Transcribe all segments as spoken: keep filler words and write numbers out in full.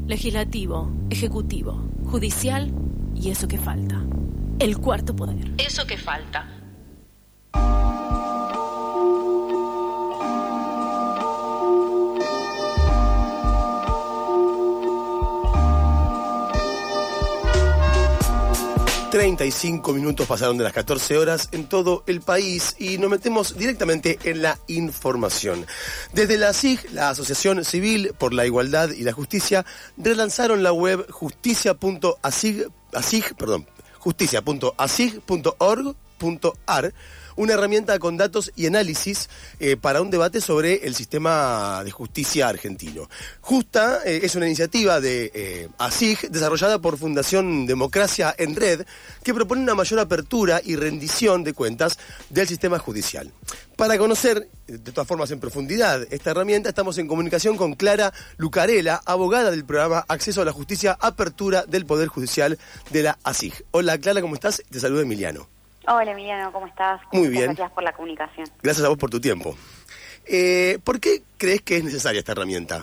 legislativo, ejecutivo, judicial y eso que falta. El cuarto poder. Eso que falta. treinta y cinco minutos pasaron de las catorce horas en todo el país y nos metemos directamente en la información. Desde la A S I G, la Asociación Civil por la Igualdad y la Justicia, relanzaron la web justicia punto asig, asig, perdón, justicia punto asig punto org punto ar, una herramienta con datos y análisis eh, para un debate sobre el sistema de justicia argentino. Justa eh, es una iniciativa de eh, A S I G desarrollada por Fundación Democracia en Red que propone una mayor apertura y rendición de cuentas del sistema judicial. Para conocer, de todas formas en profundidad, esta herramienta, estamos en comunicación con Clara Lucarela, abogada del programa Acceso a la Justicia, Apertura del Poder Judicial de la A S I G. Hola Clara, ¿cómo estás? Te saluda Emiliano. Hola Emiliano, ¿cómo estás? Muy bien. Gracias por la comunicación. Gracias a vos por tu tiempo. Eh, ¿Por qué crees que es necesaria esta herramienta?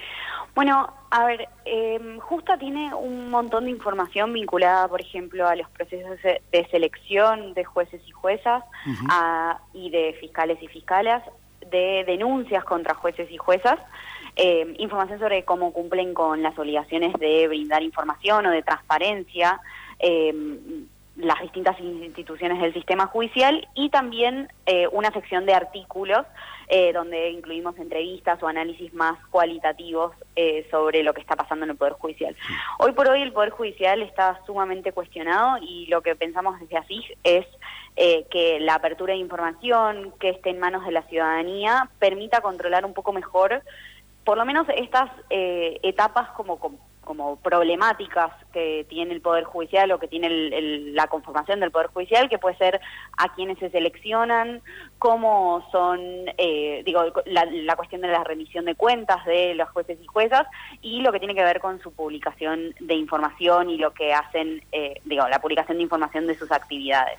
Bueno, a ver, eh, Justa tiene un montón de información vinculada, por ejemplo, a los procesos de selección de jueces y juezas uh-huh. a, y de fiscales y fiscalas, de denuncias contra jueces y juezas, eh, información sobre cómo cumplen con las obligaciones de brindar información o de transparencia, eh, las distintas instituciones del sistema judicial y también eh, una sección de artículos eh, donde incluimos entrevistas o análisis más cualitativos eh, sobre lo que está pasando en el Poder Judicial. Hoy por hoy el Poder Judicial está sumamente cuestionado y lo que pensamos desde A S I G es eh, que la apertura de información que esté en manos de la ciudadanía permita controlar un poco mejor por lo menos estas eh, etapas como, como como problemáticas que tiene el Poder Judicial o que tiene el, el, la conformación del Poder Judicial, que puede ser a quienes se seleccionan, cómo son, eh, digo, la, la cuestión de la rendición de cuentas de los jueces y juezas y lo que tiene que ver con su publicación de información y lo que hacen, eh, digo, la publicación de información de sus actividades.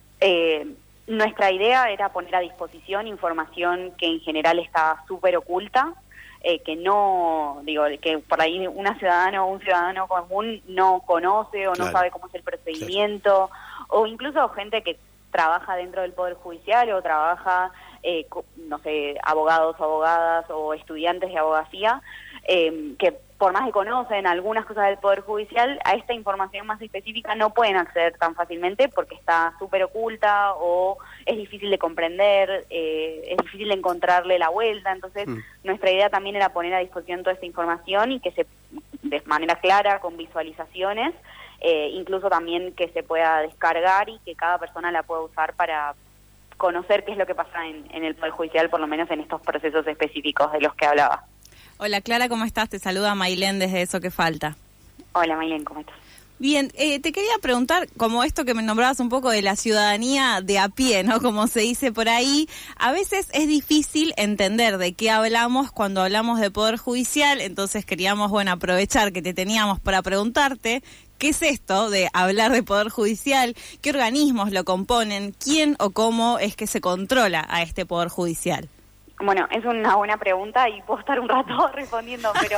Eh, nuestra idea era poner a disposición información que en general está súper oculta, Eh, que no, digo, que por ahí una ciudadana o un ciudadano común no conoce o no claro. sabe cómo es el procedimiento, claro. o incluso gente que trabaja dentro del Poder Judicial o trabaja, eh, no sé, abogados o abogadas o estudiantes de abogacía, eh, que por más que conocen algunas cosas del Poder Judicial, a esta información más específica no pueden acceder tan fácilmente porque está súper oculta o es difícil de comprender, eh, es difícil de encontrarle la vuelta. Entonces, mm. nuestra idea también era poner a disposición toda esta información y que se, de manera clara, con visualizaciones, eh, incluso también que se pueda descargar y que cada persona la pueda usar para conocer qué es lo que pasa en, en el Poder Judicial, por lo menos en estos procesos específicos de los que hablaba. Hola Clara, ¿cómo estás? Te saluda Mailén desde Eso que Falta. Hola Mailén, ¿cómo estás? Bien, eh, te quería preguntar, como esto que me nombrabas un poco de la ciudadanía de a pie, ¿no? Como se dice por ahí, a veces es difícil entender de qué hablamos cuando hablamos de Poder Judicial, entonces queríamos, bueno, aprovechar que te teníamos para preguntarte qué es esto de hablar de Poder Judicial, qué organismos lo componen, quién o cómo es que se controla a este Poder Judicial. Bueno, es una buena pregunta y puedo estar un rato respondiendo, pero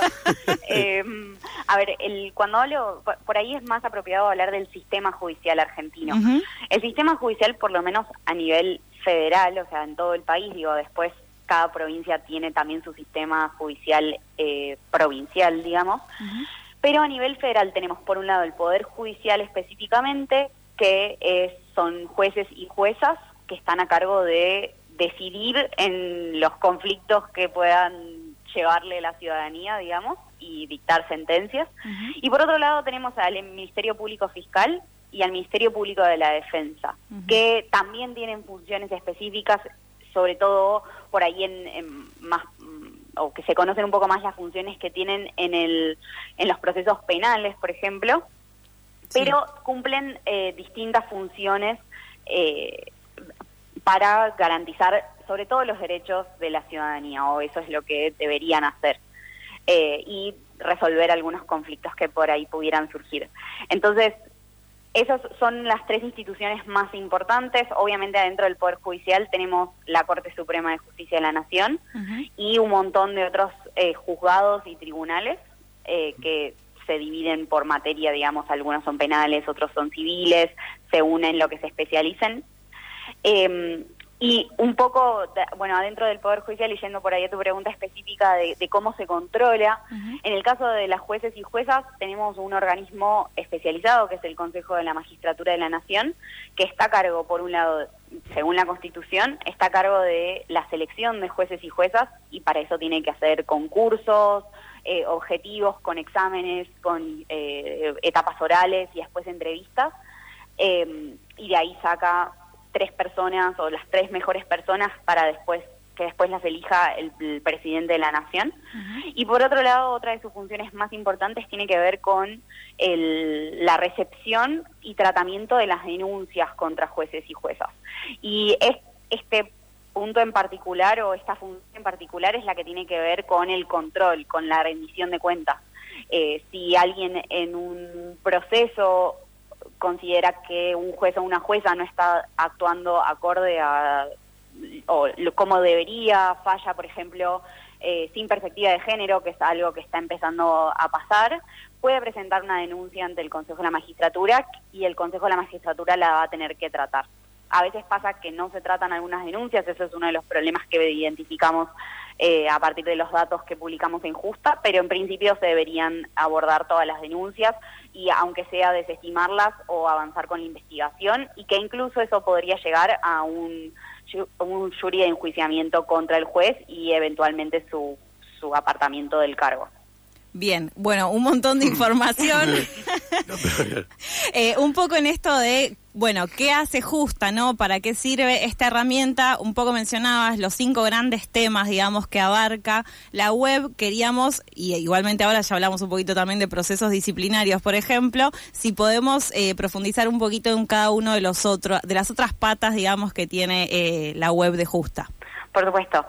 eh, a ver, el, cuando hablo, por, por ahí es más apropiado hablar del sistema judicial argentino. Uh-huh. El sistema judicial, por lo menos a nivel federal, o sea, en todo el país, digo, después cada provincia tiene también su sistema judicial eh, provincial, digamos, uh-huh. pero a nivel federal tenemos por un lado el Poder Judicial específicamente, que es, son jueces y juezas que están a cargo de decidir en los conflictos que puedan llevarle la ciudadanía, digamos, y dictar sentencias. Uh-huh. Y por otro lado tenemos al Ministerio Público Fiscal y al Ministerio Público de la Defensa, uh-huh. que también tienen funciones específicas, sobre todo por ahí en, en más, o que se conocen un poco más las funciones que tienen en el en los procesos penales, por ejemplo, sí. pero cumplen eh, distintas funciones eh, para garantizar sobre todo los derechos de la ciudadanía, o eso es lo que deberían hacer, eh, y resolver algunos conflictos que por ahí pudieran surgir. Entonces, esas son las tres instituciones más importantes. Obviamente adentro del Poder Judicial tenemos la Corte Suprema de Justicia de la Nación uh-huh. y un montón de otros eh, juzgados y tribunales, eh, que se dividen por materia, digamos, algunos son penales, otros son civiles, según en lo que se especialicen. Eh, y un poco, bueno, adentro del Poder Judicial, y yendo por ahí a tu pregunta específica de, de cómo se controla, uh-huh. En el caso de las jueces y juezas tenemos un organismo especializado, que es el Consejo de la Magistratura de la Nación, que está a cargo, por un lado, según la Constitución, está a cargo de la selección de jueces y juezas, y para eso tiene que hacer concursos, eh, objetivos, con exámenes, con eh, etapas orales y después entrevistas, eh, y de ahí saca tres personas o las tres mejores personas para después que después las elija el, el presidente de la nación. Uh-huh. Y por otro lado, otra de sus funciones más importantes tiene que ver con el, la recepción y tratamiento de las denuncias contra jueces y juezas. Y es, este punto en particular, o esta función en particular, es la que tiene que ver con el control, con la rendición de cuentas. Eh, si alguien en un proceso considera que un juez o una jueza no está actuando acorde a o como debería, falla, por ejemplo, eh, sin perspectiva de género, que es algo que está empezando a pasar, puede presentar una denuncia ante el Consejo de la Magistratura y el Consejo de la Magistratura la va a tener que tratar. A veces pasa que no se tratan algunas denuncias, eso es uno de los problemas que identificamos eh, a partir de los datos que publicamos en Justa, pero en principio se deberían abordar todas las denuncias y aunque sea desestimarlas o avanzar con la investigación, y que incluso eso podría llegar a un, un jury de enjuiciamiento contra el juez y eventualmente su, su apartamiento del cargo. Bien, bueno, un montón de información. eh, un poco en esto de, bueno, ¿qué hace Justa, no? ¿Para qué sirve esta herramienta? Un poco mencionabas los cinco grandes temas, digamos, que abarca la web. Queríamos, y igualmente ahora ya hablamos un poquito también de procesos disciplinarios, por ejemplo, si podemos eh, profundizar un poquito en cada uno de los otros, de las otras patas, digamos, que tiene eh, la web de Justa. Por supuesto.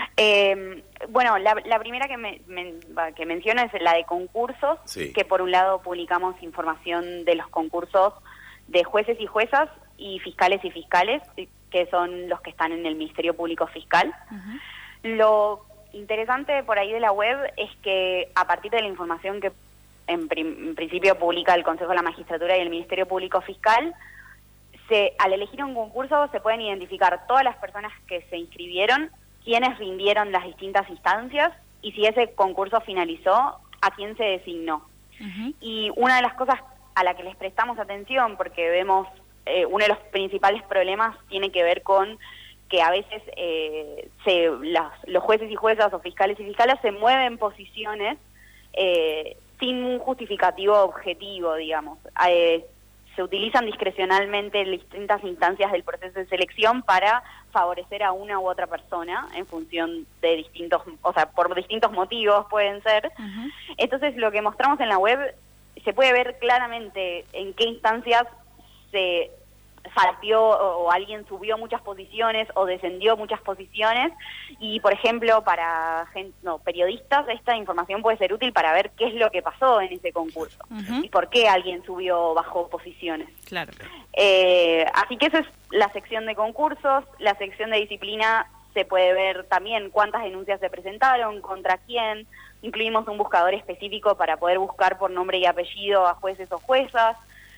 Eh, bueno, la, la primera que, me, me, que menciono es la de concursos, sí. Que por un lado publicamos información de los concursos de jueces y juezas y fiscales y fiscales, que son los que están en el Ministerio Público Fiscal. Uh-huh. Lo interesante por ahí de la web es que a partir de la información que en, prim, en principio publica el Consejo de la Magistratura y el Ministerio Público Fiscal, se, al elegir un concurso se pueden identificar todas las personas que se inscribieron, quiénes rindieron las distintas instancias y si ese concurso finalizó, a quién se designó. Uh-huh. Y una de las cosas a la que les prestamos atención, porque vemos eh, uno de los principales problemas tiene que ver con que a veces eh, se, las, los jueces y juezas o fiscales y fiscales se mueven posiciones eh, sin un justificativo objetivo, digamos. Eh, se utilizan discrecionalmente distintas instancias del proceso de selección para favorecer a una u otra persona en función de distintos, o sea, por distintos motivos pueden ser. Uh-huh. Entonces, lo que mostramos en la web, se puede ver claramente en qué instancias se salteó o, o alguien subió muchas posiciones o descendió muchas posiciones, y por ejemplo para gente, no, periodistas esta información puede ser útil para ver qué es lo que pasó en ese concurso. Uh-huh. Y por qué alguien subió o bajó posiciones. Claro. Eh, así que esa es la sección de concursos. La sección de disciplina se puede ver también cuántas denuncias se presentaron, contra quién. Incluimos un buscador específico para poder buscar por nombre y apellido a jueces o juezas.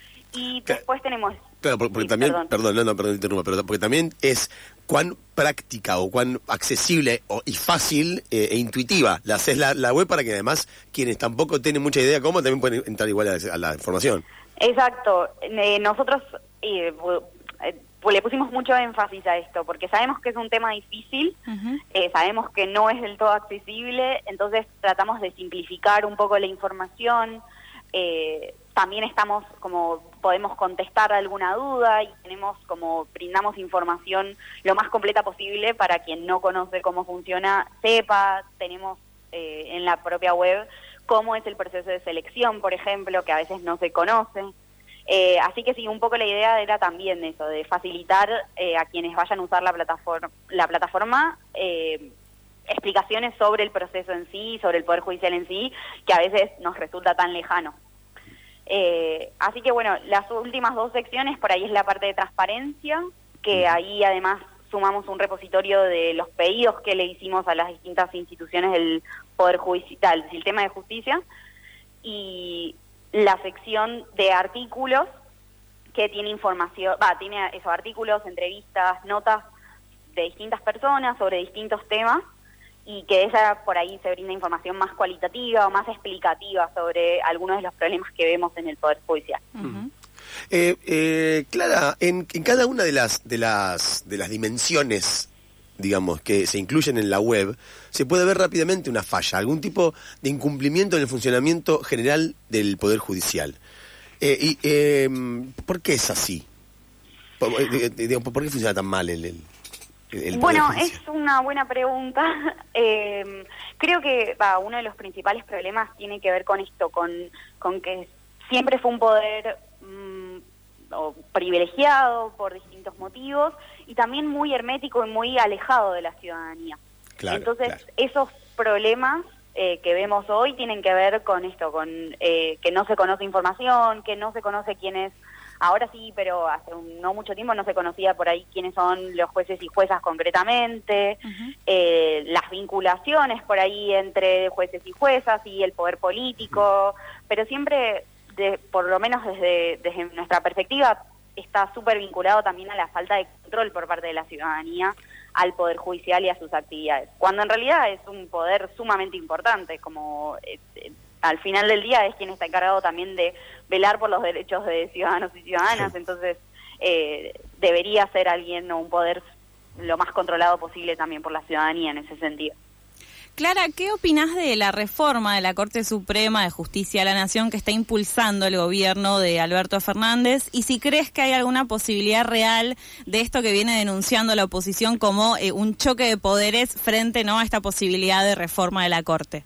Y después tenemos... Claro, porque, porque sí, también, perdón. perdón, no, no, perdón, interrumpa, pero porque también es cuán práctica o cuán accesible o, y fácil eh, e intuitiva la haces la, la web, para que además quienes tampoco tienen mucha idea cómo también pueden entrar igual a la, a la información. Exacto. Eh, nosotros eh, eh, le pusimos mucho énfasis a esto, porque sabemos que es un tema difícil, uh-huh. eh, sabemos que no es del todo accesible, entonces tratamos de simplificar un poco la información. Eh, también estamos como podemos contestar alguna duda y tenemos como brindamos información lo más completa posible para quien no conoce cómo funciona sepa. Tenemos eh, en la propia web cómo es el proceso de selección, por ejemplo, que a veces no se conoce. Eh, así que sí, un poco la idea era también eso, de facilitar eh, a quienes vayan a usar la plataforma, la plataforma eh, explicaciones sobre el proceso en sí, sobre el Poder Judicial en sí, que a veces nos resulta tan lejano. Eh, así que bueno, las últimas dos secciones, por ahí es la parte de transparencia, que ahí además sumamos un repositorio de los pedidos que le hicimos a las distintas instituciones del Poder Judicial, del sistema de justicia, y la sección de artículos que tiene información, va, tiene esos artículos, entrevistas, notas de distintas personas sobre distintos temas, y que ella por ahí se brinda información más cualitativa o más explicativa sobre algunos de los problemas que vemos en el Poder Judicial. Uh-huh. eh, eh, Clara, en, en cada una de las, de las, de las dimensiones, digamos, que se incluyen en la web, se puede ver rápidamente una falla, algún tipo de incumplimiento en el funcionamiento general del Poder Judicial. Eh, y, eh, ¿Por qué es así? ¿Por, eh, digamos, ¿por qué funciona tan mal el, el, el Bueno, Poder Judicial? Es una buena pregunta. eh, creo que va, uno de los principales problemas tiene que ver con esto, con, con que siempre fue un poder mmm, o privilegiado por distintos motivos y también muy hermético y muy alejado de la ciudadanía. Claro, Entonces, claro. esos problemas eh, que vemos hoy tienen que ver con esto, con eh, que no se conoce información, que no se conoce quiénes, ahora sí, pero hace un, no mucho tiempo no se conocía por ahí quiénes son los jueces y juezas concretamente, uh-huh. eh, las vinculaciones por ahí entre jueces y juezas y el poder político, uh-huh. pero siempre, de, por lo menos desde, desde nuestra perspectiva, está súper vinculado también a la falta de control por parte de la ciudadanía al Poder Judicial y a sus actividades, cuando en realidad es un poder sumamente importante, como eh, eh, al final del día es quien está encargado también de velar por los derechos de ciudadanos y ciudadanas, sí. entonces eh, debería ser alguien o un poder lo más controlado posible también por la ciudadanía en ese sentido. Clara, ¿qué opinás de la reforma de la Corte Suprema de Justicia de la Nación que está impulsando el gobierno de Alberto Fernández? Y si crees que hay alguna posibilidad real de esto que viene denunciando la oposición como eh, un choque de poderes frente, ¿no?, a esta posibilidad de reforma de la Corte.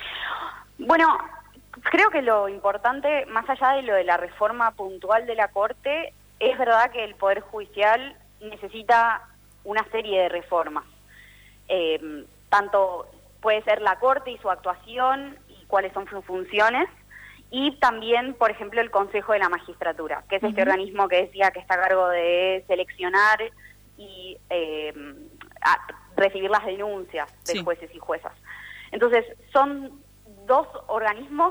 Bueno, creo que lo importante, más allá de lo de la reforma puntual de la Corte, es verdad que el Poder Judicial necesita una serie de reformas. Eh, tanto puede ser la Corte y su actuación y cuáles son sus funciones, y también, por ejemplo, el Consejo de la Magistratura, que es uh-huh. este organismo que decía que está a cargo de seleccionar y eh, a recibir las denuncias de sí. jueces y juezas. Entonces, son dos organismos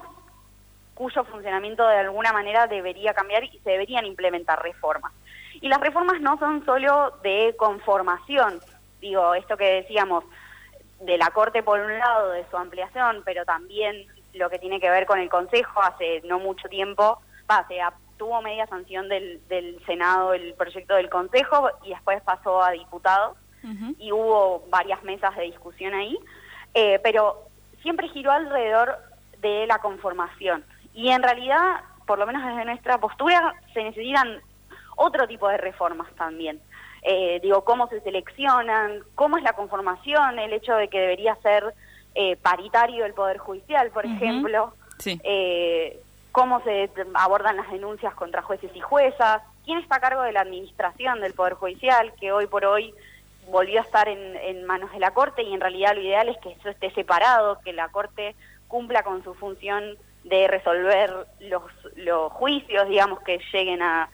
cuyo funcionamiento de alguna manera debería cambiar y se deberían implementar reformas. Y las reformas no son solo de conformación, digo, esto que decíamos, de la Corte por un lado, de su ampliación, pero también lo que tiene que ver con el Consejo. Hace no mucho tiempo, va, se tuvo media sanción del, del Senado el proyecto del Consejo y después pasó a diputados uh-huh. y hubo varias mesas de discusión ahí, eh, pero siempre giró alrededor de la conformación. Y en realidad, por lo menos desde nuestra postura, se necesitan otro tipo de reformas también. Eh, digo, cómo se seleccionan, cómo es la conformación, el hecho de que debería ser eh, paritario el Poder Judicial, por uh-huh. ejemplo, sí. eh, cómo se abordan las denuncias contra jueces y juezas, quién está a cargo de la administración del Poder Judicial, que hoy por hoy volvió a estar en, en manos de la Corte, y en realidad lo ideal es que eso esté separado, que la Corte cumpla con su función de resolver los, los juicios, digamos, que lleguen a,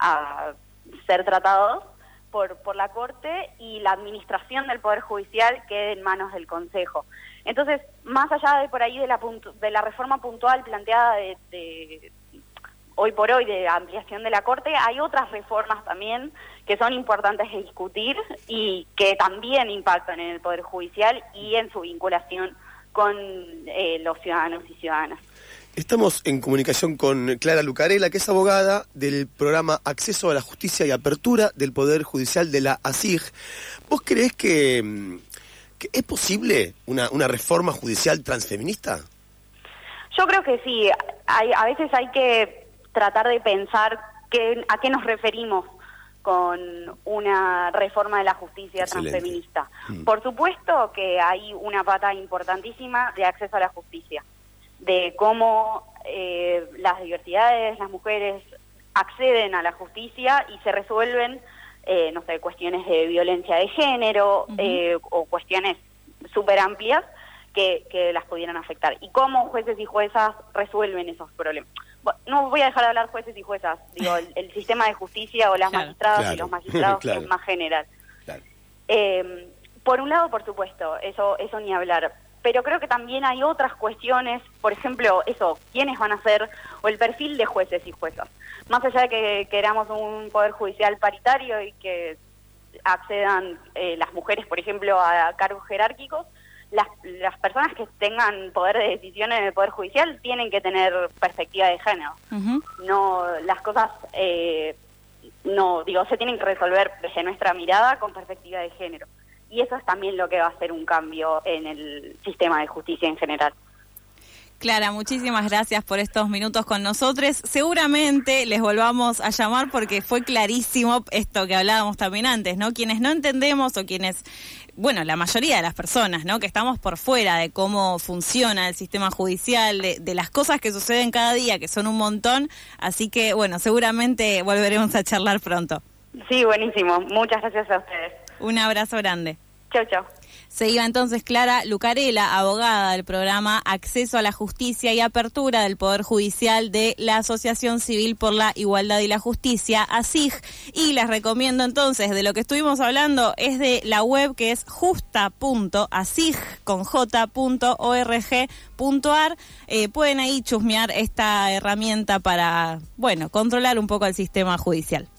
a ser tratados Por, por la Corte, y la administración del Poder Judicial quede en manos del Consejo. Entonces, más allá de por ahí de la, puntu- de la reforma puntual planteada de, de hoy por hoy de ampliación de la Corte, hay otras reformas también que son importantes de discutir y que también impactan en el Poder Judicial y en su vinculación con eh, los ciudadanos y ciudadanas. Estamos en comunicación con Clara Lucarela, que es abogada del programa Acceso a la Justicia y Apertura del Poder Judicial de la A S I J. ¿Vos creés que, que es posible una, una reforma judicial transfeminista? Yo creo que sí. Hay, a veces hay que tratar de pensar que, a qué nos referimos con una reforma de la justicia Excelente. transfeminista. Mm. Por supuesto que hay una pata importantísima de acceso a la justicia, de cómo eh, las diversidades, las mujeres acceden a la justicia y se resuelven, eh, no sé, cuestiones de violencia de género uh-huh. eh, o cuestiones súper amplias que, que las pudieran afectar. Y cómo jueces y juezas resuelven esos problemas. Bueno, no voy a dejar de hablar jueces y juezas, digo, el, el sistema de justicia o las claro. magistradas claro. y los magistrados claro. es más general. Claro. Eh, por un lado, por supuesto, eso, eso ni hablar. pero creo que también hay otras cuestiones, por ejemplo, eso, quiénes van a ser, o el perfil de jueces y juezas. Más allá de que queramos un poder judicial paritario y que accedan eh, las mujeres, por ejemplo, a cargos jerárquicos, las, las personas que tengan poder de decisión en el poder judicial tienen que tener perspectiva de género. Uh-huh. No, las cosas, eh, no, digo, se tienen que resolver desde nuestra mirada con perspectiva de género. Y eso es también lo que va a hacer un cambio en el sistema de justicia en general. Clara, muchísimas gracias por estos minutos con nosotros. Seguramente les volvamos a llamar porque fue clarísimo esto que hablábamos también antes, ¿no? Quienes no entendemos o quienes, bueno, la mayoría de las personas, ¿no? Que estamos por fuera de cómo funciona el sistema judicial, de, de las cosas que suceden cada día, que son un montón. Así que, bueno, seguramente volveremos a charlar pronto. Sí, buenísimo. Muchas gracias a ustedes. Un abrazo grande. Chau, chau. Se iba entonces Clara Lucarela, abogada del programa Acceso a la Justicia y Apertura del Poder Judicial de la Asociación Civil por la Igualdad y la Justicia, A S I J. Y les recomiendo entonces, de lo que estuvimos hablando, es de la web que es justa punto asij con j punto org punto ar. Eh, pueden ahí chusmear esta herramienta para, bueno, controlar un poco el sistema judicial.